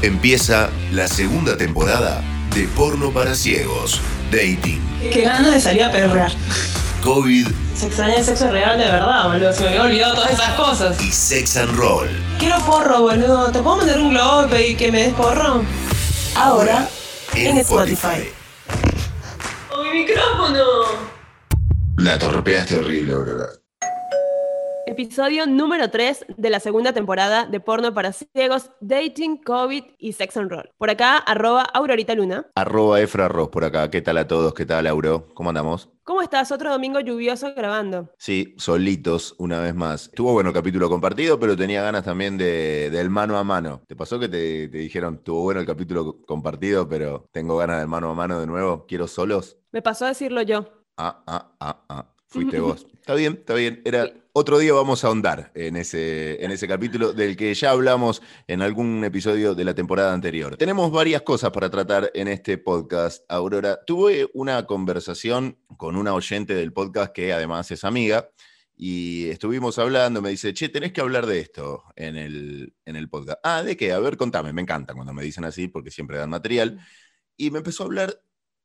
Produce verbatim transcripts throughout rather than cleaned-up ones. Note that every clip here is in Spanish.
Empieza la segunda temporada de Porno para Ciegos, Dating, Qué ganas de salir a perrear. COVID Se extraña el sexo real de verdad, boludo. Se me había olvidado todas esas cosas. y Sex and Roll. Quiero porro, boludo. ¿Te puedo mandar un globo y pedir que me des porro? Ahora, en Spotify. ¡Oh, mi micrófono! La torpeaste horrible, bro. Episodio número tres de la segunda temporada de Porno para Ciegos, Dating, COVID y Sex and Roll. Por acá, arroba Aurorita Luna. Arroba Efra Ross por acá. ¿Qué tal a todos? ¿Qué tal, Auro? ¿Cómo andamos? ¿Cómo estás? Otro domingo lluvioso grabando. Sí, solitos una vez más. Estuvo bueno el capítulo compartido, pero tenía ganas también de, del mano a mano. ¿Te pasó que te, te dijeron, estuvo bueno el capítulo compartido, pero tengo ganas del mano a mano de nuevo? ¿Quiero solos? Me pasó a decirlo yo. Ah, ah, ah, ah. Fuiste vos. Está bien, está bien. Era otro día vamos a ahondar en ese, en ese capítulo del que ya hablamos en algún episodio de la temporada anterior. Tenemos varias cosas para tratar en este podcast, Aurora. Tuve una conversación con una oyente del podcast que además es amiga y estuvimos hablando, me dice, che, tenés que hablar de esto en el, en el podcast. Ah, ¿de qué? A ver, contame. Me encanta cuando me dicen así porque siempre dan material. Y me empezó a hablar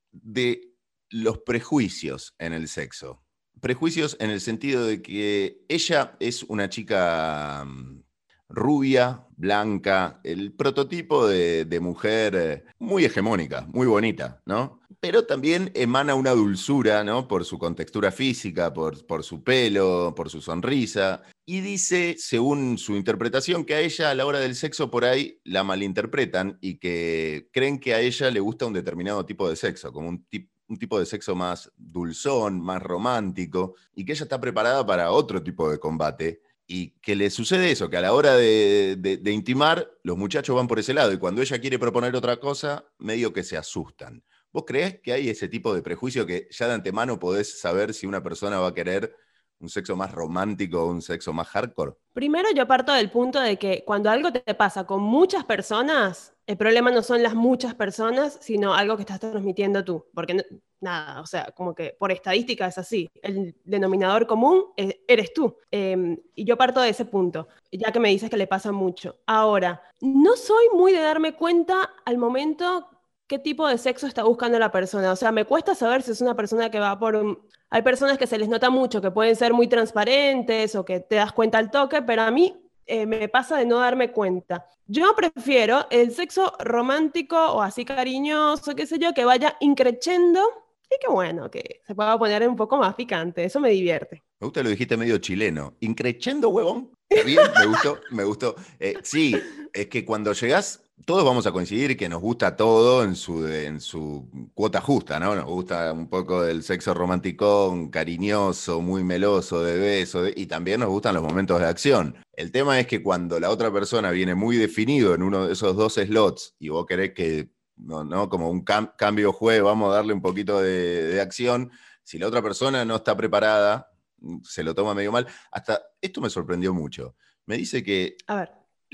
de los prejuicios en el sexo. Prejuicios en el sentido de que ella es una chica um, rubia, blanca, el prototipo de, de mujer eh, muy hegemónica, muy bonita, ¿no? Pero también emana una dulzura, ¿no? Por su contextura física, por, por su pelo, por su sonrisa. Y dice, según su interpretación, que a ella a la hora del sexo por ahí la malinterpretan y que creen que a ella le gusta un determinado tipo de sexo, como un tipo un tipo de sexo más dulzón, más romántico, y que ella está preparada para otro tipo de combate, y que le sucede eso, que a la hora de, de, de intimar, los muchachos van por ese lado, y cuando ella quiere proponer otra cosa, medio que se asustan. ¿Vos creés que hay ese tipo de prejuicio que ya de antemano podés saber si una persona va a querer un sexo más romántico o un sexo más hardcore? Primero yo parto del punto de que cuando algo te pasa con muchas personas, el problema no son las muchas personas, sino algo que estás transmitiendo tú. Porque no, nada, o sea, como que por estadística es así. El denominador común es, eres tú. Eh, y yo parto de ese punto, ya que me dices que le pasa mucho. Ahora, no soy muy de darme cuenta al momento qué tipo de sexo está buscando la persona. O sea, me cuesta saber si es una persona que va por un... Hay personas que se les nota mucho, que pueden ser muy transparentes o que te das cuenta al toque, pero a mí eh, me pasa de no darme cuenta. Yo prefiero el sexo romántico o así cariñoso, qué sé yo, que vaya increciendo y que bueno, que se pueda poner un poco más picante. Eso me divierte. Me gusta, lo dijiste medio chileno. Increchendo, huevón. Está bien, me gustó, me gustó. Eh, sí, es que cuando llegás, todos vamos a coincidir que nos gusta todo en su, en su cuota justa, ¿no? Nos gusta un poco del sexo romanticón, cariñoso, muy meloso, de beso, de, y también nos gustan los momentos de acción. El tema es que cuando la otra persona viene muy definido en uno de esos dos slots y vos querés que, no, no como un cam- cambio juego, vamos a darle un poquito de, de acción, si la otra persona no está preparada, se lo toma medio mal. Hasta esto me sorprendió mucho. Me dice que, A ver.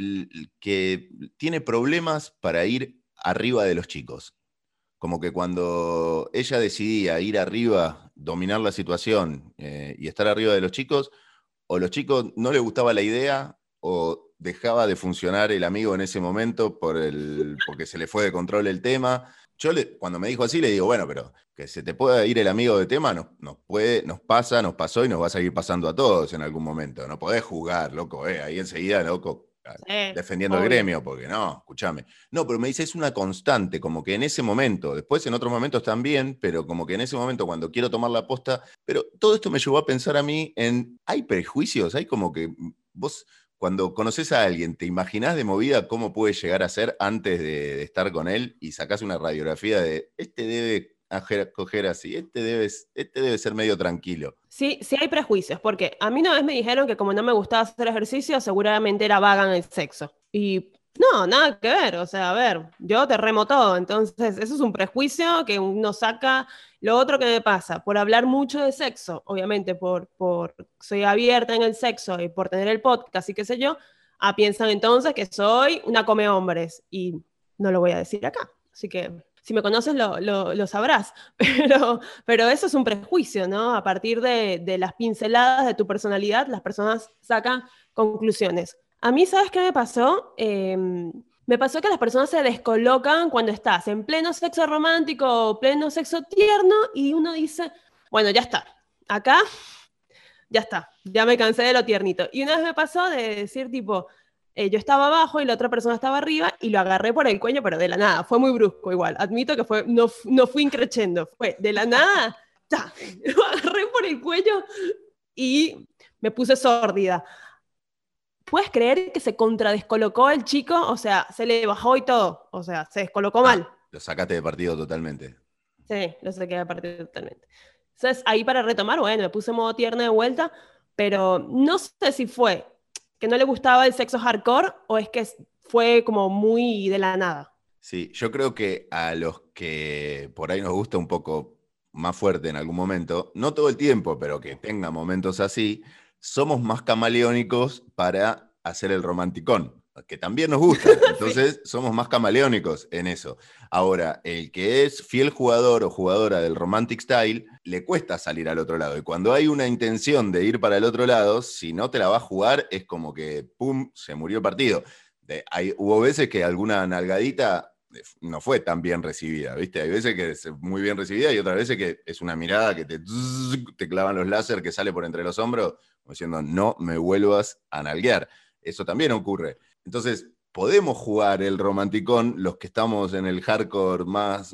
que tiene problemas para ir arriba de los chicos. Como que cuando ella decidía ir arriba, dominar la situación eh, y estar arriba de los chicos, o los chicos no les gustaba la idea o dejaba de funcionar el amigo en ese momento por el, porque se le fue de control el tema. Yo le, cuando me dijo así le digo, bueno, pero que se te pueda ir el amigo de tema nos, nos, puede, nos pasa, nos pasó y nos va a seguir pasando a todos en algún momento. No podés jugar, loco, eh, ahí enseguida, loco, Sí, defendiendo obvio. el gremio, porque no, escúchame. No, pero me dice, es una constante, como que en ese momento, después en otros momentos también, pero como que en ese momento cuando quiero tomar la posta, pero todo esto me llevó a pensar a mí en, hay prejuicios, hay como que vos... Cuando conoces a alguien, ¿te imaginás de movida cómo puede llegar a ser antes de, de estar con él y sacás una radiografía de este debe coger así, este debe, este debe ser medio tranquilo? Sí, sí hay prejuicios, porque a mí una vez me dijeron que como no me gustaba hacer ejercicio, seguramente era vaga en el sexo. Y no, nada que ver, o sea, a ver, yo te remo todo, entonces eso es un prejuicio que uno saca. Lo otro que me pasa, por hablar mucho de sexo, obviamente por, por soy abierta en el sexo y por tener el podcast y qué sé yo, ah, piensan entonces que soy una come hombres y no lo voy a decir acá, así que si me conoces lo, lo, lo sabrás, pero, pero eso es un prejuicio, ¿no? A partir de, de las pinceladas de tu personalidad, las personas sacan conclusiones. A mí, ¿sabes qué me pasó? Eh, Me pasó que las personas se descolocan cuando estás en pleno sexo romántico o pleno sexo tierno y uno dice, bueno, ya está, acá ya está, ya me cansé de lo tiernito. Y una vez me pasó de decir tipo, eh, yo estaba abajo y la otra persona estaba arriba y lo agarré por el cuello, pero de la nada, fue muy brusco igual. Admito que fue, no, no fui increchendo, fue de la nada, ya, lo agarré por el cuello y me puse sórdida. ¿Puedes creer que se contradescolocó el chico? O sea, se le bajó y todo. O sea, se descolocó Ah, mal. lo sacaste de partido totalmente. Sí, lo saqué de partido totalmente. Entonces, ahí para retomar, bueno, me puse modo tierna de vuelta, pero no sé si fue que no le gustaba el sexo hardcore o es que fue como muy de la nada. Sí, yo creo que a los que por ahí nos gusta un poco más fuerte en algún momento, no todo el tiempo, pero que tenga momentos así, somos más camaleónicos para hacer el romanticón, que también nos gusta, Sí. entonces somos más camaleónicos en eso. Ahora, el que es fiel jugador o jugadora del romantic style, le cuesta salir al otro lado, y cuando hay una intención de ir para el otro lado, si no te la va a jugar, es como que, ¡pum!, se murió el partido. De, hay, hubo veces que alguna nalgadita no fue tan bien recibida, ¿viste? Hay veces que es muy bien recibida y otras veces que es una mirada que te, te clavan los láser que sale por entre los hombros, como diciendo, no me vuelvas a nalguear. Eso también ocurre. Entonces, podemos jugar el romanticón, los que estamos en el hardcore más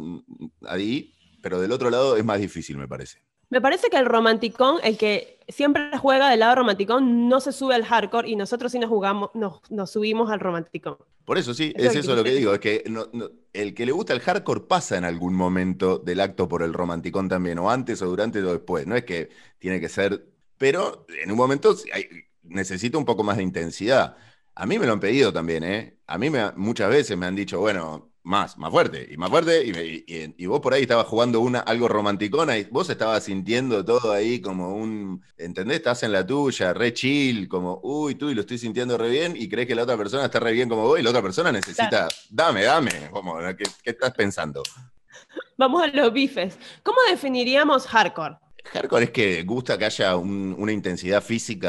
ahí, pero del otro lado es más difícil, me parece. Me parece que el romanticón, el que siempre juega del lado romanticón, no se sube al hardcore y nosotros sí nos jugamos, nos, nos subimos al romanticón. Por eso sí, Eso es es lo que eso lo que quisiste digo, decir. es que no, no, el que le gusta el hardcore pasa en algún momento del acto por el romanticón también, o antes o durante o después, no es que tiene que ser, pero en un momento hay, necesita un poco más de intensidad. A mí me lo han pedido también, ¿eh? A mí me, muchas veces me han dicho, bueno, más, más fuerte, y más fuerte, y, me, y, y vos por ahí estabas jugando una, algo romanticona, y vos estabas sintiendo todo ahí como un, ¿entendés? Estás en la tuya, re chill, como, uy, tú, y lo estoy sintiendo re bien, y crees que la otra persona está re bien como vos, y la otra persona Claro. necesita, dame, dame, como, ¿qué, qué estás pensando? Vamos a los bifes. ¿Cómo definiríamos hardcore? Hardcore es que gusta que haya un, una intensidad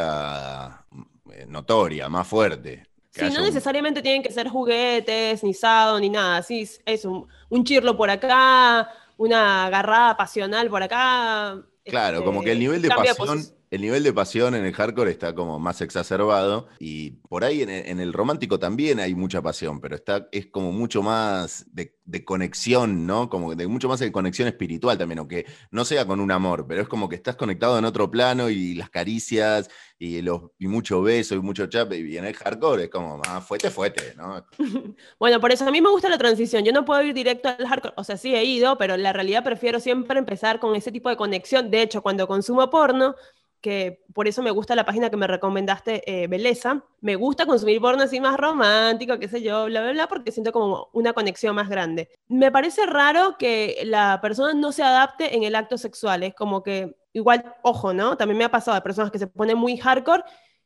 física eh, notoria, más fuerte, que Sí, no haya un... necesariamente tienen que ser juguetes, ni sado, ni nada. Así es, es un, un chirlo por acá, una agarrada pasional por acá. Claro, como que el Este, nivel de cambio de pasión, posición. el nivel de pasión en el hardcore está como más exacerbado y por ahí en el, en el romántico también hay mucha pasión, pero está, es como mucho más de, de conexión, ¿no? Como de mucho más de conexión espiritual también, aunque no sea con un amor, pero es como que estás conectado en otro plano y las caricias y, los, y mucho beso y mucho chape y en el hardcore es como más fuete, fuete, ¿no? Bueno, por eso a mí me gusta la transición. Yo no puedo ir directo al hardcore. O sea, sí he ido, pero en la realidad prefiero siempre empezar con ese tipo de conexión. De hecho, cuando consumo porno, que por eso me gusta la página que me recomendaste, eh, Beleza, me gusta consumir porno así más romántico, qué sé yo, bla, bla, bla, porque siento como una conexión más grande. Me parece raro que la persona no se adapte en el acto sexual. Es como que, igual, ojo, ¿no? También me ha pasado de personas que se ponen muy hardcore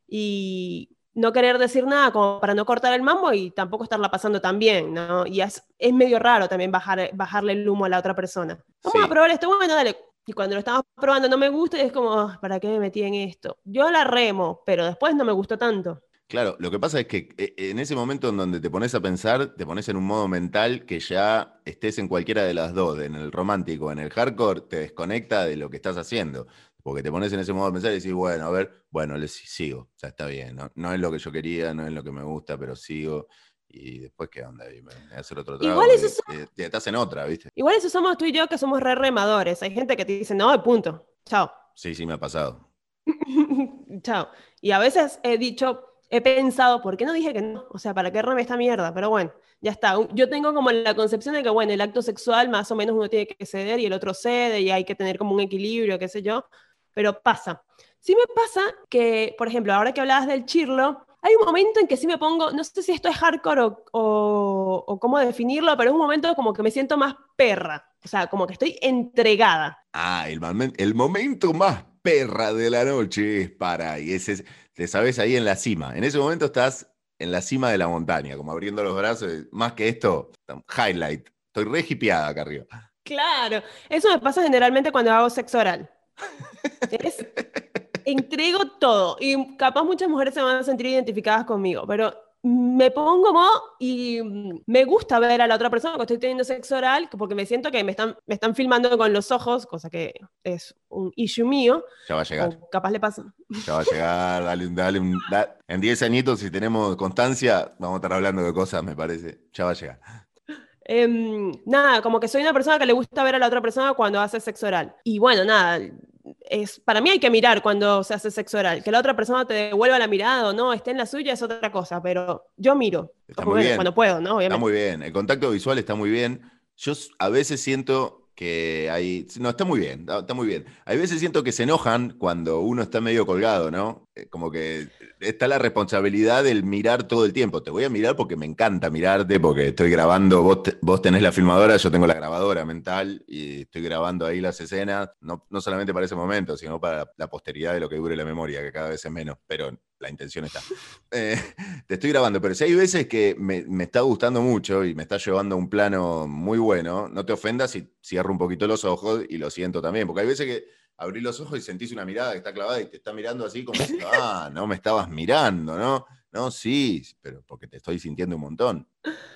y no querer decir nada como para no cortar el mambo y tampoco estarla pasando tan bien, ¿no? Y es, es medio raro también bajar, bajarle el humo a la otra persona. Vamos a Sí, probar esto, bueno, dale. Y cuando lo estamos probando no me gusta y es como, "Ah, ¿para qué me metí en esto?". Yo la remo, pero después no me gustó tanto. claro, lo que pasa es que eh, en ese momento en donde te pones a pensar, te pones en un modo mental que ya estés en cualquiera de las dos, en el romántico, en el hardcore, te desconecta de lo que estás haciendo. Porque te pones en ese modo de pensar y decís, bueno, a ver, bueno, les sigo, o sea, está bien, ¿no? No es lo que yo quería, no es lo que me gusta, pero sigo. Y después, ¿qué onda? Y me me voy a hacer otro Igual trago eso, y, so- y- y estás en otra, ¿viste? igual eso somos tú y yo que somos re remadores. Hay gente que te dice, no, punto, chao. Sí, sí, me ha pasado. Chao. Y a veces he dicho, he pensado, ¿por qué no dije que no? O sea, ¿para qué reme esta mierda? Pero bueno, ya está. Yo tengo como la concepción de que, bueno, el acto sexual más o menos uno tiene que ceder y el otro cede y hay que tener como un equilibrio, qué sé yo, pero pasa. Sí me pasa que, por ejemplo, ahora que hablabas del chirlo, hay un momento en que sí me pongo, no sé si esto es hardcore o, o, o cómo definirlo, pero es un momento como que me siento más perra. O sea, como que estoy entregada. Ah, el, momen- el momento más perra de la noche es para, y ese es, te sabes ahí en la cima. En ese momento estás en la cima de la montaña, como abriendo los brazos. y Más que esto, highlight. Estoy re hipeada acá arriba. Claro, eso me pasa generalmente cuando hago sexo oral. Es, entrego todo y capaz muchas mujeres se van a sentir identificadas conmigo, pero me pongo mo y me gusta ver a la otra persona cuando estoy teniendo sexo oral, porque me siento que me están, me están filmando con los ojos, cosa que es un issue mío. Ya va a llegar. O capaz le pasa. Ya va a llegar, dale, dale, da- en diez añitos, si tenemos constancia, vamos a estar hablando de cosas, me parece. Ya va a llegar. Eh, nada, como que soy una persona que le gusta ver a la otra persona cuando hace sexo oral. Y bueno, nada, es, para mí hay que mirar cuando se hace sexo oral. Que la otra persona te devuelva la mirada o no, esté en la suya es otra cosa, pero yo miro. Está Como muy bueno, bien. cuando puedo, ¿no? Está Obviamente. muy bien. El contacto visual está muy bien. Yo s- a veces siento que hay. No, está muy bien. Está, está muy bien. Hay veces siento que se enojan cuando uno está medio colgado, ¿no? Eh, Como que está la responsabilidad del mirar todo el tiempo. Te voy a mirar porque me encanta mirarte, porque estoy grabando. Vos, te- vos tenés la filmadora, yo tengo la grabadora mental y estoy grabando ahí las escenas. No, no solamente para ese momento, sino para la posteridad de lo que dure la memoria, que cada vez es menos. Pero la intención está. Eh, Te estoy grabando, pero si hay veces que me, me está gustando mucho y me está llevando a un plano muy bueno, no te ofendas si cierro un poquito los ojos y lo siento también, porque hay veces que abrís los ojos y sentís una mirada que está clavada y te está mirando así como diciendo, ah, no me estabas mirando, ¿no? No, sí, pero porque te estoy sintiendo un montón.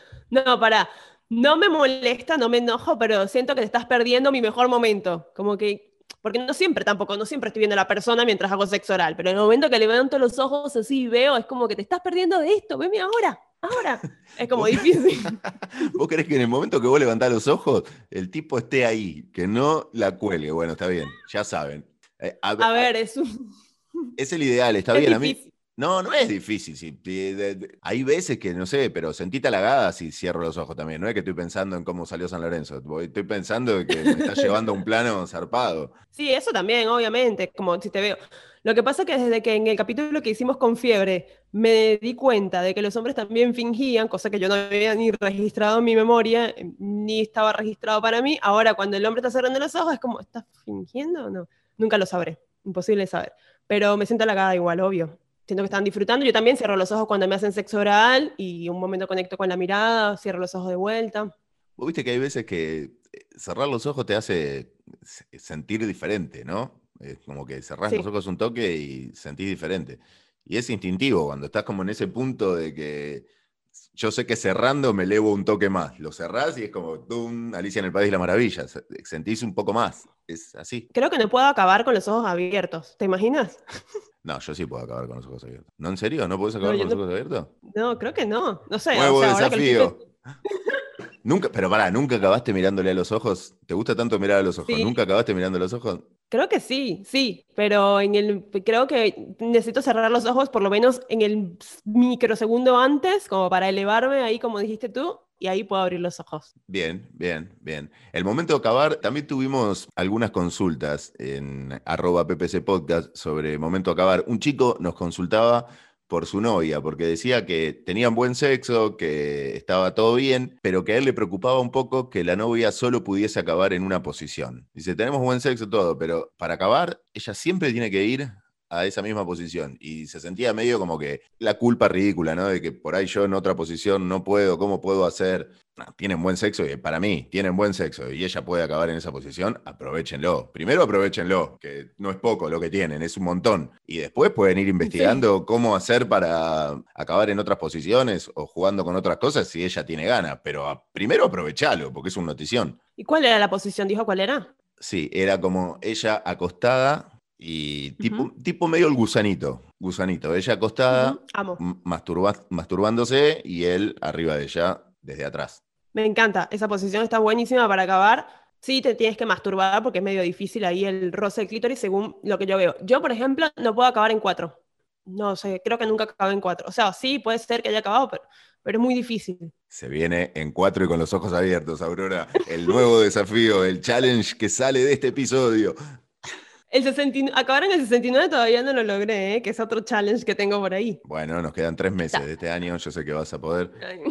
No, pará. No me molesta, no me enojo, pero siento que te estás perdiendo mi mejor momento. Como que, porque no siempre tampoco, no siempre estoy viendo a la persona mientras hago sexo oral, pero en el momento que levanto los ojos así y veo, es como que te estás perdiendo de esto, veme ahora, ahora. Es como ¿Vos, difícil. vos querés que en el momento que vos levantás los ojos, el tipo esté ahí, que no la cuelgue? Bueno, está bien, ya saben. Eh, a- A a- ver, es un... Es el ideal, está es bien. A mí, difícil. no, no es difícil. Sí, de- de- de- hay veces que, no sé, pero sentí halagada si cierro los ojos también. No es que estoy pensando en cómo salió San Lorenzo. Voy- Estoy pensando de que me está llevando a un plano zarpado. Sí, eso también, obviamente, como si te veo. Lo que pasa es que desde que en el capítulo que hicimos con Fiebre me di cuenta de que los hombres también fingían, cosa que yo no había ni registrado en mi memoria, eh, ni estaba registrado para mí, ahora cuando el hombre está cerrando los ojos es como, ¿estás fingiendo o no? Nunca lo sabré, imposible saber. Pero me siento halagada igual, obvio. Siento que están disfrutando. Yo también cierro los ojos cuando me hacen sexo oral y un momento conecto con la mirada, cierro los ojos de vuelta. Vos viste que hay veces que eh, cerrar los ojos te hace se- sentir diferente, ¿no? Es como que cerrás los Sí. ojos un toque y sentís diferente. Y es instintivo, cuando estás como en ese punto de que yo sé que cerrando me elevo un toque más. Lo cerrás y es como ¡tum! Alicia en el País de las Maravillas. Sentís un poco más. Es así. Creo que no puedo acabar con los ojos abiertos. ¿Te imaginas? No, yo sí puedo acabar con los ojos abiertos. ¿No, en serio? ¿No podés No, acabar yo con los no, ojos abiertos? no, creo que no. No sé, o Nuevo sea, ahora que lo estoy desafío. pensando. Nunca, pero pará, ¿nunca acabaste mirándole a los ojos? ¿Te gusta tanto mirar a los ojos? Sí, ¿Nunca acabaste mirando a los ojos? creo que sí, sí, pero en el, creo que necesito cerrar los ojos por lo menos en el microsegundo antes, como para elevarme ahí, como dijiste tú, y ahí puedo abrir los ojos. Bien, bien, bien. El momento de acabar, también tuvimos algunas consultas en arroba P P C Podcast sobre momento de acabar. Un chico nos consultaba por su novia, porque decía que tenían buen sexo, que estaba todo bien, pero que a él le preocupaba un poco que la novia solo pudiese acabar en una posición. Dice, tenemos buen sexo todo, pero para acabar, ella siempre tiene que ir a esa misma posición. Y se sentía medio como que la culpa ridícula, ¿no? De que por ahí yo en otra posición no puedo, ¿cómo puedo hacer? No, tienen buen sexo y para mí tienen buen sexo y ella puede acabar en esa posición, aprovechenlo. Primero aprovechenlo, que no es poco lo que tienen, es un montón. Y después pueden ir Sí. investigando cómo hacer para acabar en otras posiciones o jugando con otras cosas si ella tiene ganas. Pero a- primero aprovechalo, porque es una notición. ¿Y cuál era la posición? ¿Dijo cuál era? Sí, era como ella acostada y Ujú, tipo, tipo medio el gusanito, gusanito. Ella acostada, ujú, amo. m- masturba- masturbándose y él arriba de ella desde atrás. Me encanta. Esa posición está buenísima para acabar. Sí, te tienes que masturbar porque es medio difícil ahí el roce del clítoris según lo que yo veo. Yo, por ejemplo, no puedo acabar en cuatro. No sé, creo que nunca acabé en cuatro. O sea, sí, puede ser que haya acabado, pero, pero es muy difícil. Se viene en cuatro y con los ojos abiertos, Aurora. El nuevo desafío, el challenge que sale de este episodio. El sesenta y nueve acabar en el sesenta y nueve todavía no lo logré, ¿eh? Que es otro challenge que tengo por ahí. Bueno, nos quedan tres meses Está. de este año, yo sé que vas a poder. Ay,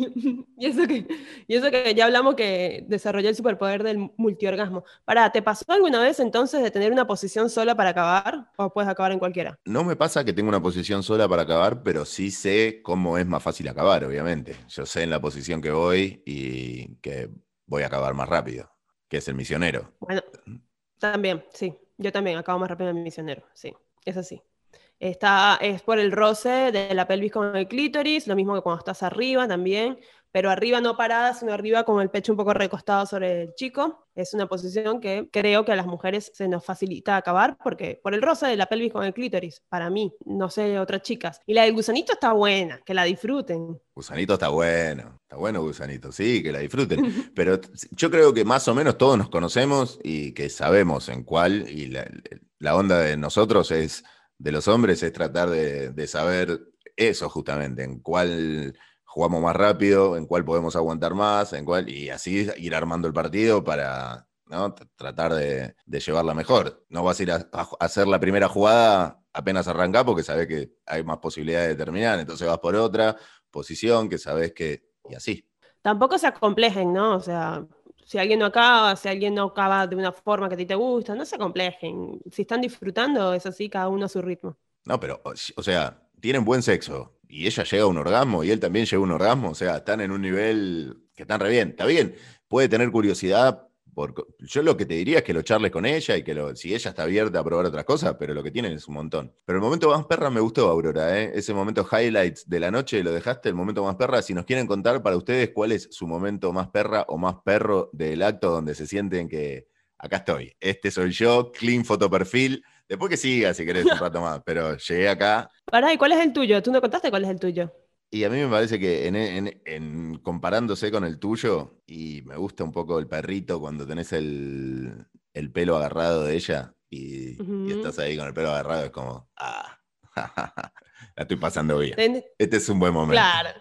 Y eso que, y eso que ya hablamos que desarrollé el superpoder del multiorgasmo. Pará, ¿te pasó alguna vez entonces de tener una posición sola para acabar? ¿O puedes acabar en cualquiera? No me pasa que tengo una posición sola para acabar, pero sí sé cómo es más fácil acabar, obviamente. Yo sé en la posición que voy y que voy a acabar más rápido, que es el misionero. Bueno, también, sí. Yo también acabo más rápido en mi misionero, sí. Es así. Está, es por el roce de la pelvis con el clítoris, lo mismo que cuando estás arriba también, pero arriba no parada, sino arriba con el pecho un poco recostado sobre el chico. Es una posición que creo que a las mujeres se nos facilita acabar porque por el roce de la pelvis con el clítoris, para mí, no sé, otras chicas. Y la del gusanito está buena, que la disfruten. Gusanito está bueno, está bueno Gusanito, sí, que la disfruten. Pero yo creo que más o menos todos nos conocemos y que sabemos en cuál, y la, la onda de nosotros es, de los hombres, es tratar de, de saber eso justamente, en cuál jugamos más rápido, en cuál podemos aguantar más, en cuál, y así ir armando el partido para, ¿no?, tratar de, de llevarla mejor. No vas a ir a, a hacer la primera jugada apenas arrancás porque sabés que hay más posibilidades de terminar, entonces vas por otra posición que sabés que, y así. Tampoco se acomplejen, ¿no? O sea, si alguien no acaba, si alguien no acaba de una forma que a ti te gusta, no se acomplejen. Si están disfrutando, es así, cada uno a su ritmo. No, pero, o, o sea, tienen buen sexo y ella llega a un orgasmo y él también llega a un orgasmo, o sea, están en un nivel que están re bien. Está bien, puede tener curiosidad. Por, yo lo que te diría es que lo charles con ella y que lo, si ella está abierta a probar otras cosas, pero lo que tienen es un montón. Pero el momento más perra me gustó, Aurora, ¿eh? Ese momento highlights de la noche lo dejaste, el momento más perra. Si nos quieren contar para ustedes cuál es su momento más perra o más perro del acto donde se sienten que acá estoy, este soy yo, clean fotoperfil. Después que siga si querés un rato más, pero llegué acá. Pará, ¿y cuál es el tuyo? ¿Tú no contaste cuál es el tuyo? Y a mí me parece que en, en- en comparándose con el tuyo, y me gusta un poco el perrito cuando tenés el, el pelo agarrado de ella y, y Ujú. estás ahí con el pelo agarrado, es como, ah, la estoy pasando bien. Ten- Este es un buen momento. Claro,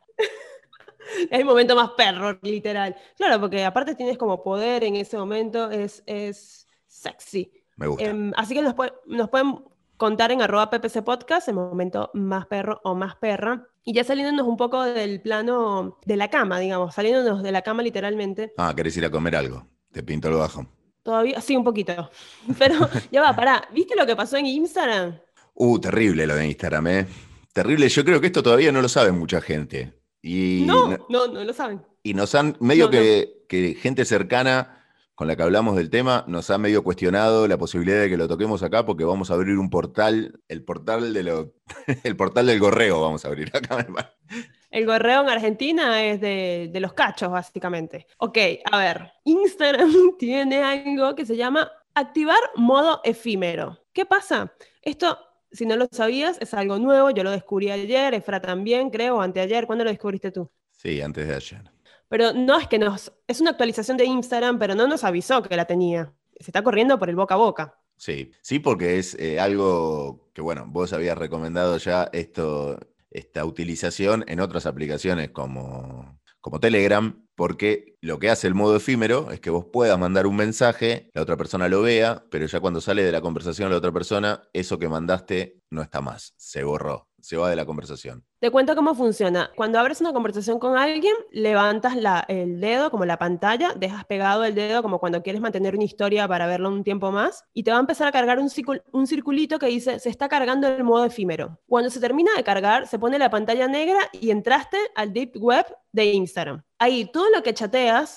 es el momento más perro, literal. Claro, porque aparte tienes como poder en ese momento, es, es sexy. Me gusta. Em, así que nos, pue- nos pueden contar en arroba ppc podcast el momento más perro o más perra. Y ya saliéndonos un poco del plano de la cama, digamos, saliéndonos de la cama literalmente, Ah, ¿querés ir a comer algo? Te pinto el bajo. todavía, sí, un poquito. Pero ya va, pará, ¿viste lo que pasó en Instagram? Uh, terrible lo de Instagram, ¿eh? Terrible. Yo creo que esto todavía no lo sabe mucha gente. Y, no- No, no, no lo saben. y nos han, medio No, no. que, que gente cercana con la que hablamos del tema, nos ha medio cuestionado la posibilidad de que lo toquemos acá porque vamos a abrir un portal, el portal de lo, el portal del gorreo vamos a abrir acá. Me parece. El gorreo en Argentina es de, de los cachos, básicamente. Ok, a ver, Instagram tiene algo que se llama activar modo efímero. ¿Qué pasa? Esto, si no lo sabías, es algo nuevo, yo lo descubrí ayer, Efra también, creo, o anteayer. ¿Cuándo lo descubriste tú? Sí, antes de ayer. Pero no es que nos... Es una actualización de Instagram, pero no nos avisó que la tenía. Se está corriendo por el boca a boca. Sí, sí, porque es eh, algo que, bueno, vos habías recomendado ya esto, esta utilización en otras aplicaciones como, como Telegram, porque lo que hace el modo efímero es que vos puedas mandar un mensaje, la otra persona lo vea, pero ya cuando sale de la conversación la otra persona, eso que mandaste no está más, se borró, se va de la conversación. Te cuento cómo funciona. Cuando abres una conversación con alguien, levantas la, el dedo como la pantalla, dejas pegado el dedo como cuando quieres mantener una historia para verlo un tiempo más, y te va a empezar a cargar un, circul un circulito que dice, se está cargando el modo efímero. Cuando se termina de cargar, se pone la pantalla negra y entraste al deep web de Instagram. Ahí, todo lo que chateas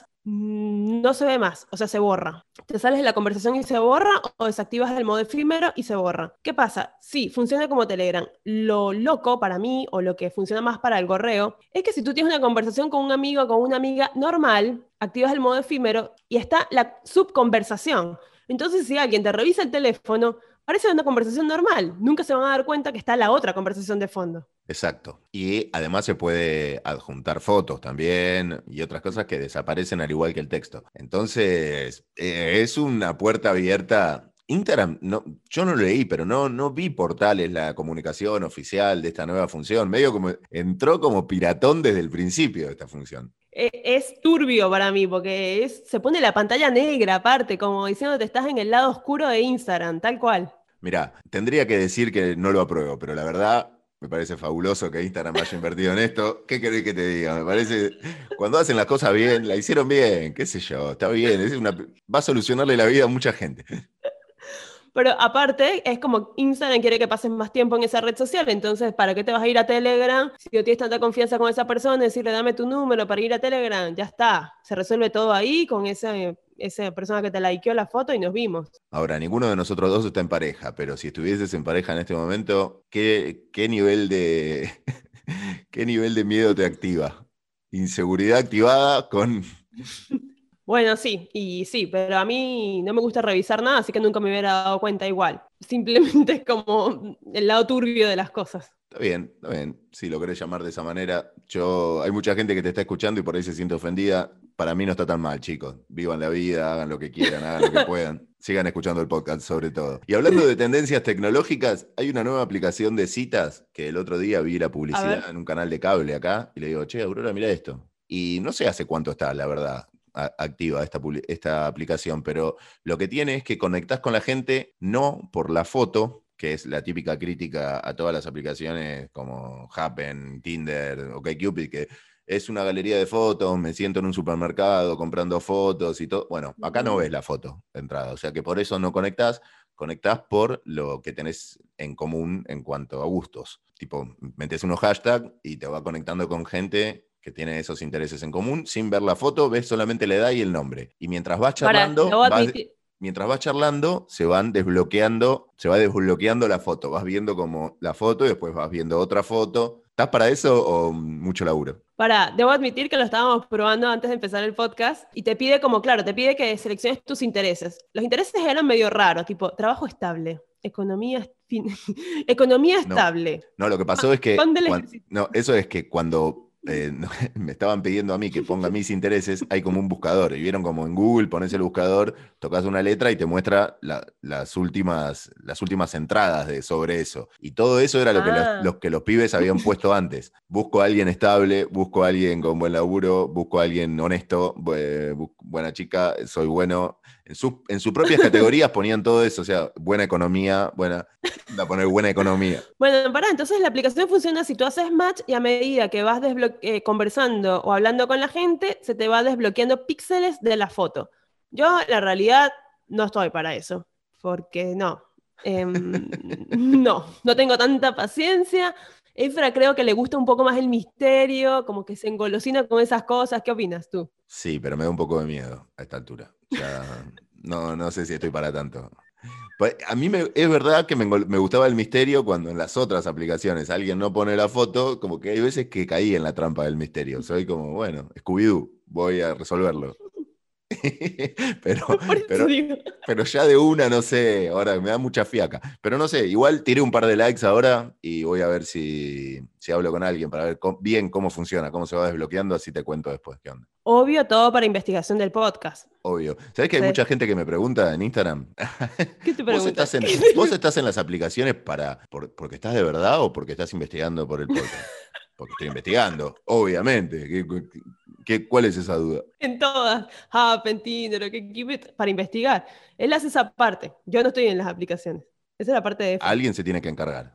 no se ve más, o sea, se borra. Te sales de la conversación y se borra, o desactivas el modo efímero y se borra. ¿Qué pasa? Sí, funciona como Telegram. Lo loco para mí, o lo que funciona más para el gorreo, es que si tú tienes una conversación con un amigo o con una amiga normal, activas el modo efímero y está la subconversación. Entonces, si alguien te revisa el teléfono, parece una conversación normal. Nunca se van a dar cuenta que está la otra conversación de fondo. Exacto. Y además se puede adjuntar fotos también y otras cosas que desaparecen al igual que el texto. Entonces, eh, es una puerta abierta. Instagram, no, yo no lo leí, pero no, no vi portales, la comunicación oficial de esta nueva función. Medio como entró como piratón desde el principio de esta función. Es turbio para mí, porque es, se pone la pantalla negra aparte, como diciendo que estás en el lado oscuro de Instagram, tal cual. Mirá, tendría que decir que no lo apruebo, pero la verdad me parece fabuloso que Instagram haya invertido en esto. ¿Qué querés que te diga? Me parece, cuando hacen las cosas bien, la hicieron bien, qué sé yo, está bien, es una, va a solucionarle la vida a mucha gente. Pero aparte, es como Instagram quiere que pases más tiempo en esa red social, entonces, ¿para qué te vas a ir a Telegram si no tienes tanta confianza con esa persona? Decirle, dame tu número para ir a Telegram, ya está, se resuelve todo ahí con ese, esa persona que te likeó la foto y nos vimos. Ahora, ninguno de nosotros dos está en pareja, pero si estuvieses en pareja en este momento, ¿qué, qué nivel de qué nivel de miedo te activa? Inseguridad activada con... Bueno, sí, y sí, pero a mí no me gusta revisar nada, así que nunca me hubiera dado cuenta igual. Simplemente es como el lado turbio de las cosas. Está bien, está bien. Si lo querés llamar de esa manera. Yo, hay mucha gente que te está escuchando y por ahí se siente ofendida. Para mí no está tan mal, chicos. Vivan la vida, hagan lo que quieran, hagan lo que puedan. Sigan escuchando el podcast, sobre todo. Y hablando de tendencias tecnológicas, hay una nueva aplicación de citas que el otro día vi la publicidad en un canal de cable acá y le digo, che, Aurora, mira esto. Y no sé hace cuánto está, la verdad, a- activa esta, esta aplicación, pero lo que tiene es que conectás con la gente no por la foto, que es la típica crítica a todas las aplicaciones como Happen, Tinder, OkCupid, que es una galería de fotos, me siento en un supermercado comprando fotos y todo. Bueno, acá no ves la foto de entrada, o sea que por eso no conectás, conectás por lo que tenés en común en cuanto a gustos. Tipo, metes unos hashtags y te va conectando con gente que tiene esos intereses en común. Sin ver la foto, ves solamente la edad y el nombre. Y mientras vas Para, charlando, debo vas... admitir, Mientras vas charlando, se van desbloqueando, se va desbloqueando la foto. Vas viendo como la foto y después vas viendo otra foto. ¿Estás para eso o mucho laburo? para, debo admitir que lo estábamos probando antes de empezar el podcast y te pide como, claro, te pide que selecciones tus intereses. Los intereses eran medio raros, tipo trabajo estable, economía, fin- economía No, estable. no, lo que pasó es que, Pan del cuan- ejército. no, eso es que cuando eh, no, me estaban pidiendo a mí que ponga mis intereses, hay como un buscador. Y vieron como en Google, pones el buscador, tocas una letra y te muestra la- las últimas, las últimas entradas de, sobre eso. Y todo eso era lo que los, Ah, los que los pibes habían puesto antes. Busco a alguien estable, busco a alguien con buen laburo, busco a alguien honesto, bu- bu- buena chica, soy bueno. En, su- en sus propias categorías ponían todo eso, o sea, buena economía, buena, a poner buena economía. bueno, pará, entonces la aplicación funciona si tú haces match y a medida que vas desblo- eh, conversando o hablando con la gente, se te va desbloqueando píxeles de la foto. Yo, la realidad, no estoy para eso, porque no. Em, no, no tengo tanta paciencia. Efra creo que le gusta un poco más el misterio, como que se engolosina con esas cosas. ¿Qué opinas tú? Sí, pero me da un poco de miedo a esta altura. Ya no, no sé si estoy para tanto. Pues, a mí me, es verdad que me, engol- me gustaba el misterio cuando en las otras aplicaciones alguien no pone la foto, como que hay veces que caí en la trampa del misterio. Soy como, bueno, Scooby-Doo, voy a resolverlo. Pero, Por eso pero, digo. pero ya de una, no sé, ahora me da mucha fiaca. Pero no sé, igual tiré un par de likes ahora y voy a ver si, si hablo con alguien para ver cómo- bien cómo funciona, cómo se va desbloqueando, así te cuento después qué onda. Obvio, todo para investigación del podcast. Obvio. ¿Sabés que hay Sí. mucha gente que me pregunta en Instagram? ¿Qué te ¿Vos preguntan? estás en, vos estás en las aplicaciones para, por- porque estás de verdad o porque estás investigando por el podcast? Porque estoy investigando, obviamente. ¿Qué, qué- qué- cuál es esa duda? En todas, Happen, Tinder, OkCupid, para investigar. Él hace esa parte. Yo no estoy en las aplicaciones. Esa es la parte de Efra. Alguien se tiene que encargar.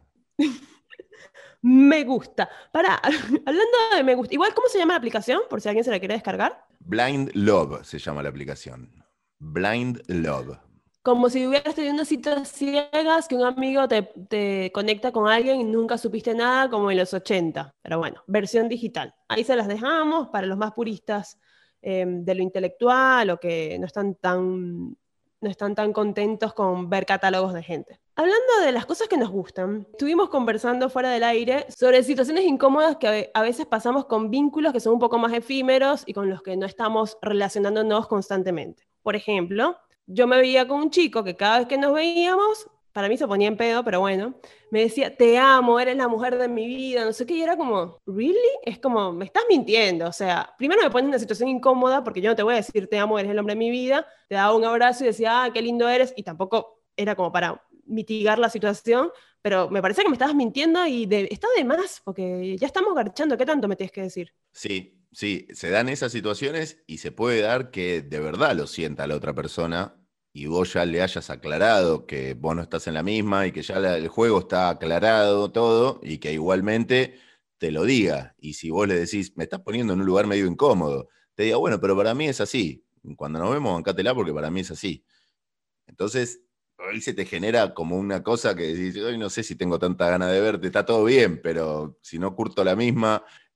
Me gusta. Para, hablando de me gusta, igual, ¿cómo se llama la aplicación? Por si alguien se la quiere descargar. Blind Love se llama la aplicación. Blind Love. Como si hubieras tenido unas citas ciegas, que un amigo te, te conecta con alguien y nunca supiste nada, como en los ochenta. Pero bueno, versión digital. Ahí se las dejamos para los más puristas eh, de lo intelectual o que no están tan, no están tan contentos con ver catálogos de gente. Hablando de las cosas que nos gustan, estuvimos conversando fuera del aire sobre situaciones incómodas que a veces pasamos con vínculos que son un poco más efímeros y con los que no estamos relacionándonos constantemente. Por ejemplo, yo me veía con un chico que cada vez que nos veíamos, para mí se ponía en pedo, pero bueno, me decía, te amo, eres la mujer de mi vida, no sé qué, y era como, ¿really? Es como, me estás mintiendo, o sea, primero me pones en una situación incómoda porque yo no te voy a decir, te amo, eres el hombre de mi vida, te daba un abrazo y decía, ah, qué lindo eres, y tampoco era como para mitigar la situación, pero me parece que me estabas mintiendo y de, está de más, porque ya estamos garchando, ¿qué tanto me tienes que decir? Sí, sí, se dan esas situaciones y se puede dar que de verdad lo sienta la otra persona y vos ya le hayas aclarado que vos no estás en la misma y que ya la- el juego está aclarado todo y que igualmente te lo diga. Y si vos le decís, me estás poniendo en un lugar medio incómodo, te diga, bueno, pero para mí es así. Cuando nos vemos, bancátela porque para mí es así. Entonces, ahí se te genera como una cosa que decís, hoy no sé si tengo tanta gana de verte, está todo bien, pero si no curto la misma,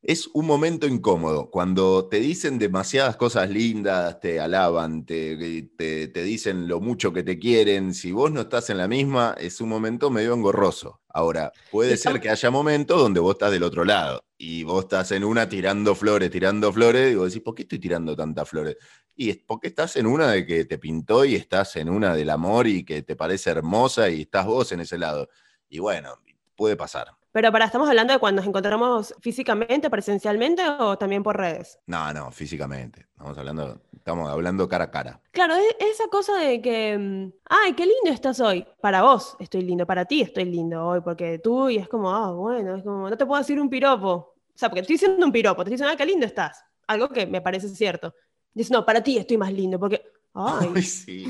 Es un momento incómodo, cuando te dicen demasiadas cosas lindas, te alaban, te, te, te dicen lo mucho que te quieren, si vos no estás en la misma, es un momento medio engorroso. Ahora, Y puede ser estamos- que haya momentos donde vos estás del otro lado, y vos estás en una tirando flores, tirando flores, y vos decís, ¿por qué estoy tirando tantas flores? Y es porque estás en una de que te pintó, y estás en una del amor, y que te parece hermosa, y estás vos en ese lado. Y bueno, puede pasar. Pero para, ¿estamos hablando de cuando nos encontramos físicamente, presencialmente o también por redes? No, no, físicamente. Estamos hablando, estamos hablando cara a cara. Claro, es esa cosa de que, mm, ay, qué lindo estás hoy. Para vos estoy lindo, para ti estoy lindo hoy, porque tú, y es como, ah, bueno, es como, no te puedo decir un piropo. O sea, porque estoy diciendo un piropo, te estoy diciendo, ah, qué lindo estás. Algo que me parece cierto. Dices, no, para ti estoy más lindo, porque, Ay, ay. sí.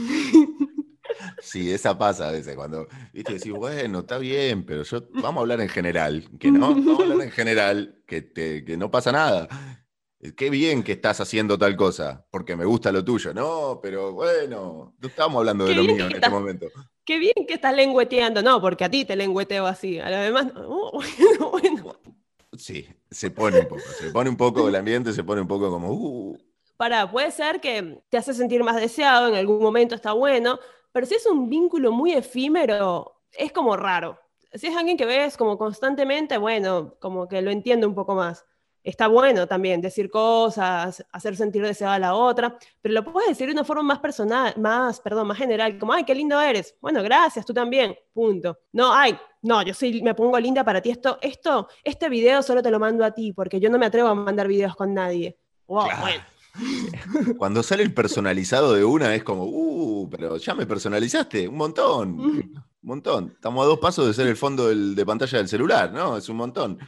Sí, esa pasa a veces cuando, viste, decís, bueno, está bien, pero yo, vamos a hablar en general, que no, vamos a hablar en general, que, te, que no pasa nada. Eh, Qué bien que estás haciendo tal cosa, porque me gusta lo tuyo. No, pero bueno, no estamos hablando de Qué lo bien mío que en este estás, momento. qué bien que estás lengüeteando. No, porque a ti te lengüeteo así. A lo demás, no. Oh, bueno, bueno. Sí, se pone un poco, se pone un poco, el ambiente se pone un poco como, uh, Para, puede ser que te hace sentir más deseado, en algún momento está bueno, pero si es un vínculo muy efímero, es como raro. Si es alguien que ves como constantemente, bueno, como que lo entiendo un poco más. Está bueno también decir cosas, hacer sentir deseado a la otra, pero lo puedes decir de una forma más personal, más, perdón, más general, como, ay, qué lindo eres. Bueno, gracias, tú también, punto. No, ay, no, yo soy, me pongo linda para ti. Esto, esto, este video solo te lo mando a ti, porque yo no me atrevo a mandar videos con nadie. Wow, claro. bueno. Sí. Cuando sale el personalizado de una es como, uh, pero ya me personalizaste, un montón, un montón. Estamos a dos pasos de ser el fondo del- de pantalla del celular, ¿no? Es un montón.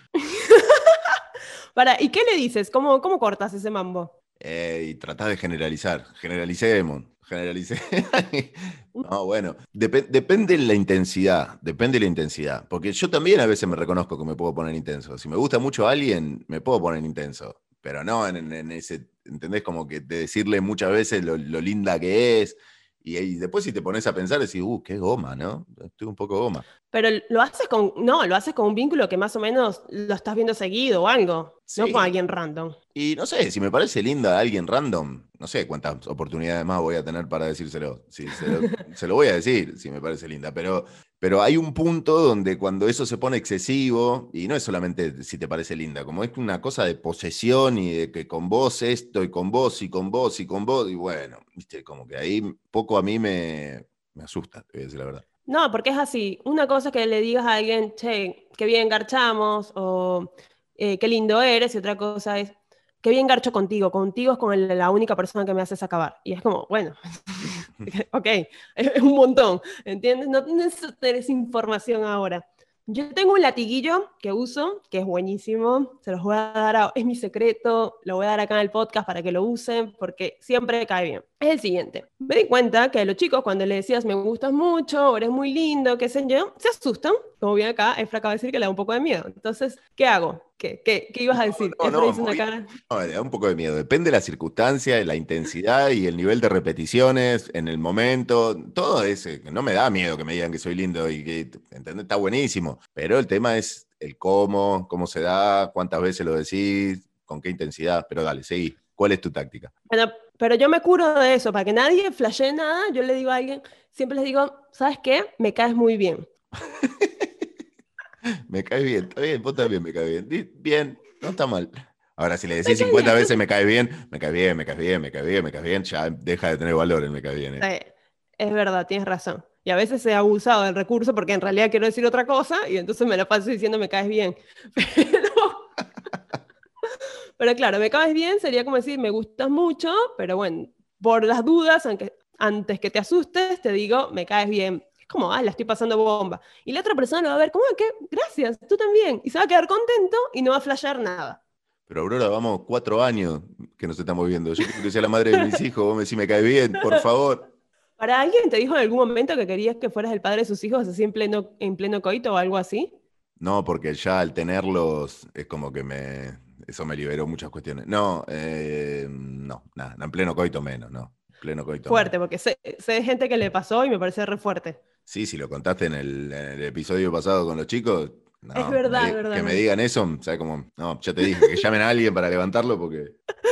Para, ¿y qué le dices? ¿Cómo, cómo cortas ese mambo? Eh, y tratás de generalizar, generalicemos, generalicemos. No, bueno, depe- depende la intensidad, depende la intensidad, porque yo también a veces me reconozco que me puedo poner intenso. Si me gusta mucho a alguien, me puedo poner intenso, pero no en, en- en ese, ¿entendés? Como que de decirle muchas veces lo, lo linda que es, y, y después si te pones a pensar, decís, uh, qué goma, ¿no? Estoy un poco goma. Pero lo haces con, no, lo haces con un vínculo que más o menos lo estás viendo seguido o algo, no con Sí, alguien random. y no sé, si me parece linda a alguien random, no sé cuántas oportunidades más voy a tener para decírselo. Sí, se lo, se lo voy a decir si me parece linda, pero, pero hay un punto donde cuando eso se pone excesivo, y no es solamente si te parece linda, como es una cosa de posesión y de que con vos esto y con vos y con vos y con vos, y bueno, viste, como que ahí poco a mí me, me asusta, te voy a decir la verdad. No, porque es así. Una cosa es que le digas a alguien, che, qué bien garchamos, o eh, qué lindo eres, y otra cosa es, qué bien garcho contigo. Contigo es con el- la única persona que me haces acabar. Y es como, bueno, ok, es, es un montón, ¿entiendes? No necesito tener esa información ahora. Yo tengo un latiguillo que uso, que es buenísimo, se los voy a dar, a- es mi secreto, lo voy a dar acá en el podcast para que lo usen, porque siempre cae bien. Es el siguiente, me di cuenta que a los chicos cuando le decías me gustas mucho, o eres muy lindo, qué sé yo, se asustan, como bien acá, Efra acaba de decir que le da un poco de miedo. Entonces, ¿qué hago? ¿Qué, qué, qué ibas a decir? No, Efra no, hizo una muy- cara. no, me da un poco de miedo. Depende de la circunstancia, la intensidad y el nivel de repeticiones en el momento. Todo ese, no me da miedo que me digan que soy lindo y que, ¿entendés? Está buenísimo. Pero el tema es el cómo, cómo se da, cuántas veces lo decís, con qué intensidad. Pero dale, seguí. ¿Cuál es tu táctica? Bueno, pero yo me curo de eso, para que nadie flashee nada, yo le digo a alguien, siempre les digo, ¿sabes qué? Me caes muy bien. Me caes bien, está bien, vos también me caes bien. Di- Bien, no está mal. Ahora, si le Me decís caes cincuenta bien. veces me caes bien, me caes bien, me caes bien, me caes bien, me caes bien, ya deja de tener valor el me caes bien, ¿eh? Sí, es verdad, tienes razón. Y a veces he abusado del recurso porque en realidad quiero decir otra cosa y entonces me la paso diciendo me caes bien. Pero, pero claro, me caes bien sería como decir me gustas mucho, pero bueno, por las dudas, aunque, antes que te asustes, te digo me caes bien. Es como, ah, la estoy pasando bomba. Y la otra persona lo va a ver como, "Ah, ¿qué? Gracias, tú también". Y se va a quedar contento y no va a flashear nada. Pero Aurora, vamos cuatro años que nos estamos viendo. Yo quiero que sea la madre de mis hijos, vos me decís me caes bien, por favor. ¿Para alguien te dijo en algún momento que querías que fueras el padre de sus hijos así en pleno, en pleno coito o algo así? No, porque ya al tenerlos es como que me. Eso me liberó muchas cuestiones. No, eh, no, nada, en pleno coito menos, no. Pleno coito menos. Fuerte, porque sé, sé de gente que le pasó y me parece re fuerte. Sí, si lo contaste en el, en el episodio pasado con los chicos, Es No, que verdad, es me, verdad. que Es me verdad. digan eso, ¿sabes cómo? No, ya te dije, que llamen a alguien para levantarlo porque...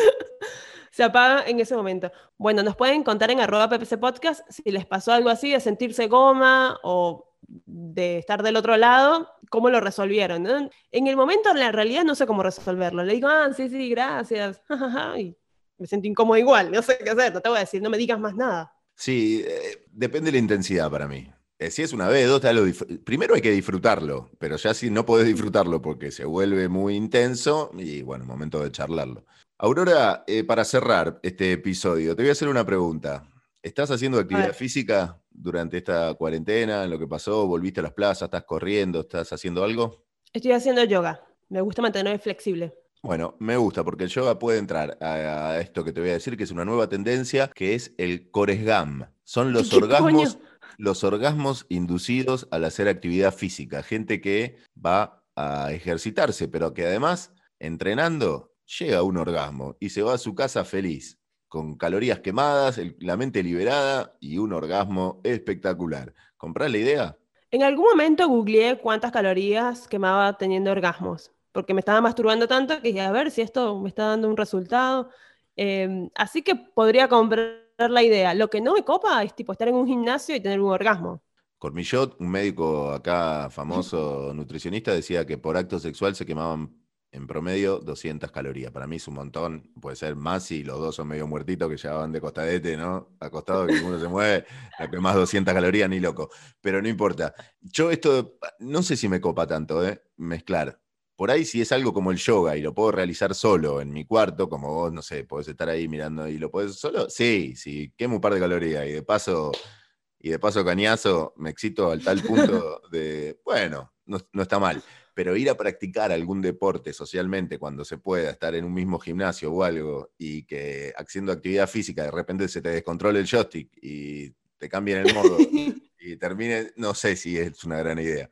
Se apaga en ese momento. Bueno, nos pueden contar en arroba P P C Podcast si les pasó algo así de sentirse goma o de estar del otro lado, cómo lo resolvieron, ¿no? En el momento, en la realidad, no sé cómo resolverlo. Le digo, ah, sí, sí, gracias. Y me siento incómodo igual, no sé qué hacer, no te voy a decir, no me digas más nada. Sí, eh, depende de la intensidad para mí. Eh, si es una vez, dos, te lo dif- primero hay que disfrutarlo, pero ya si no podés disfrutarlo porque se vuelve muy intenso, y bueno, momento de charlarlo. Aurora, eh, para cerrar este episodio, te voy a hacer una pregunta. ¿Estás haciendo A actividad ver, física durante esta cuarentena, en lo que pasó? ¿Volviste a las plazas? ¿Estás corriendo? ¿Estás haciendo algo? estoy haciendo yoga. Me gusta mantenerme flexible. Bueno, me gusta porque el yoga puede entrar a, a esto que te voy a decir, que es una nueva tendencia, que es el Koresgam. Son los ¿Qué coño? orgasmos, los orgasmos inducidos al hacer actividad física. Gente que va a ejercitarse, pero que además, entrenando, llega a un orgasmo y se va a su casa feliz, con calorías quemadas, el- la mente liberada y un orgasmo espectacular. ¿Comprás la idea? En algún momento googleé cuántas calorías quemaba teniendo orgasmos, porque me estaba masturbando tanto que dije, a ver si esto me está dando un resultado. Eh, así que podría comprar la idea. Lo que no me copa es tipo estar en un gimnasio y tener un orgasmo. Cormillot, un médico acá famoso nutricionista, decía que por acto sexual se quemaban en promedio doscientas calorías. Para mí es un montón, puede ser más si los dos son medio muertitos que ya van de costadete, ¿no? Acostado que ninguno se mueve, no quemás doscientas calorías ni loco. Pero no importa. Yo esto, no sé si me copa tanto, ¿eh? Mezclar. Por ahí si es algo como el yoga y lo puedo realizar solo en mi cuarto, como vos, no sé, podés estar ahí mirando y lo podés solo, sí, sí, quemo un par de calorías y de paso y de paso cañazo, me excito al tal punto de, bueno, no, no está mal, pero ir a practicar algún deporte socialmente cuando se pueda, estar en un mismo gimnasio o algo, y que haciendo actividad física de repente se te descontrole el joystick y te cambien el modo y termine, no sé si es una gran idea.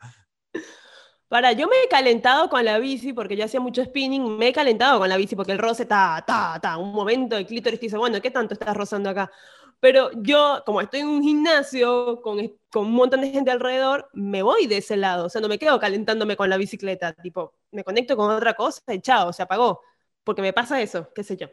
Para, yo me he calentado con la bici porque yo hacía mucho spinning, me he calentado con la bici porque el roce ta, ta, ta, un momento el clítoris te dice, bueno, ¿qué tanto estás rozando acá? Pero yo, como estoy en un gimnasio con, con un montón de gente alrededor, me voy de ese lado, o sea, no me quedo calentándome con la bicicleta, tipo, me conecto con otra cosa y chao, se apagó, porque me pasa eso, qué sé yo.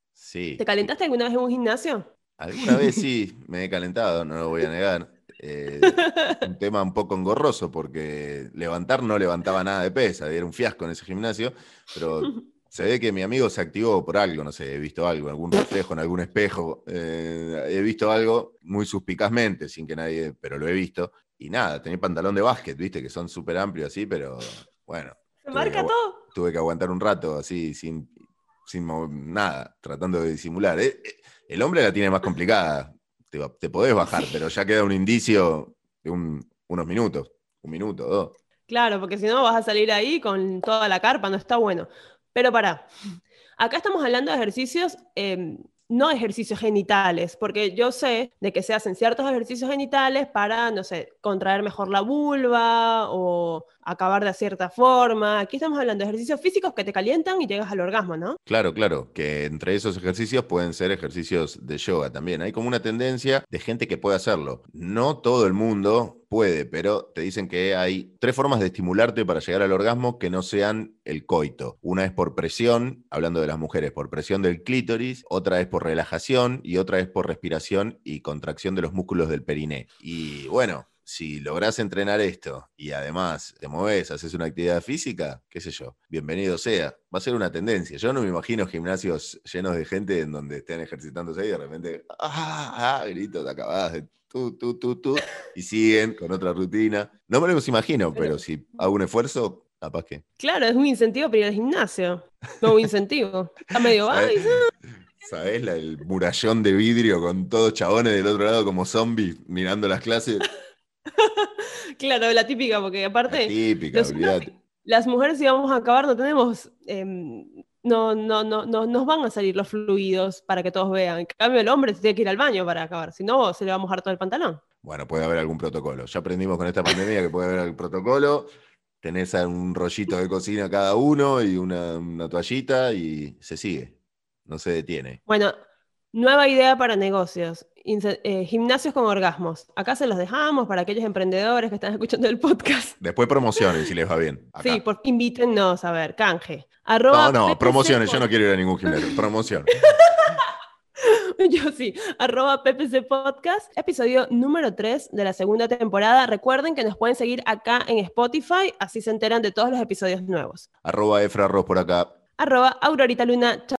¿Te Sí, sí. calentaste alguna vez en un gimnasio? Alguna vez sí me he calentado, no lo voy a negar. Eh, un tema un poco engorroso porque levantar no levantaba nada de pesa, era un fiasco en ese gimnasio, pero se ve que mi amigo se activó por algo, no sé, he visto algo, algún reflejo en algún espejo, eh, he visto algo muy suspicazmente, sin que nadie, pero lo he visto, y nada, tenía pantalón de básquet, viste, que son súper amplios así, pero bueno, ¿Se tuve que, marca agu- todo? tuve que aguantar un rato así, sin, sin mo- nada, tratando de disimular. Eh, eh, el hombre la tiene más complicada, te, te podés bajar, pero ya queda un indicio de un- unos minutos, un minuto, dos. Claro, porque si no vas a salir ahí con toda la carpa, no está bueno. Pero pará, acá estamos hablando de ejercicios, eh, no ejercicios genitales, porque yo sé de que se hacen ciertos ejercicios genitales para, no sé, contraer mejor la vulva o acabar de cierta forma. Aquí estamos hablando de ejercicios físicos que te calientan y llegas al orgasmo, ¿no? Claro, claro, que entre esos ejercicios pueden ser ejercicios de yoga también. Hay como una tendencia de gente que puede hacerlo. No todo el mundo puede, pero te dicen que hay tres formas de estimularte para llegar al orgasmo que no sean el coito. Una es por presión, hablando de las mujeres, por presión del clítoris, otra es por relajación y otra es por respiración y contracción de los músculos del periné. Y bueno, si lográs entrenar esto y además te mueves, haces una actividad física, qué sé yo, bienvenido sea. Va a ser una tendencia. Yo no me imagino gimnasios llenos de gente en donde estén ejercitándose y de repente, ah, ah, gritos acabadas de tú, tú, tú, tú, y siguen con otra rutina. No me los imagino, pero Pero, si hago un esfuerzo, capaz que. claro, es un incentivo para ir al gimnasio. No un incentivo. Está medio, ¿Sabes? ay, ¿Sabés la- el murallón de vidrio con todos chabones del otro lado como zombies mirando las clases? claro, la típica, porque La aparte, típica, los hombres, olvídate. las mujeres si vamos a acabar no tenemos, em, no, no, no, no nos van a salir los fluidos para que todos vean. En cambio, el hombre tiene que ir al baño para acabar, si no, se le va a mojar todo el pantalón. Bueno, puede haber algún protocolo. Ya aprendimos con esta pandemia que puede haber algún protocolo. Tenés un rollito de cocina cada uno y una, una toallita y se sigue. No se detiene. Bueno, Nueva idea para negocios. Ince- eh, gimnasios con orgasmos. Acá se los dejamos para aquellos emprendedores que están escuchando el podcast. Después promocionen si les va bien. Acá. Sí, por, invítennos a ver, canje. No, Arroba no, P P C promociones. Yo Pod- no quiero ir a ningún gimnasio. Promoción. Yo sí, arroba P P C Podcast, episodio número tres de la segunda temporada. Recuerden que nos pueden seguir acá en Spotify, así se enteran de todos los episodios nuevos. Arroba Efra Ross por acá. Arroba Aurorita Luna.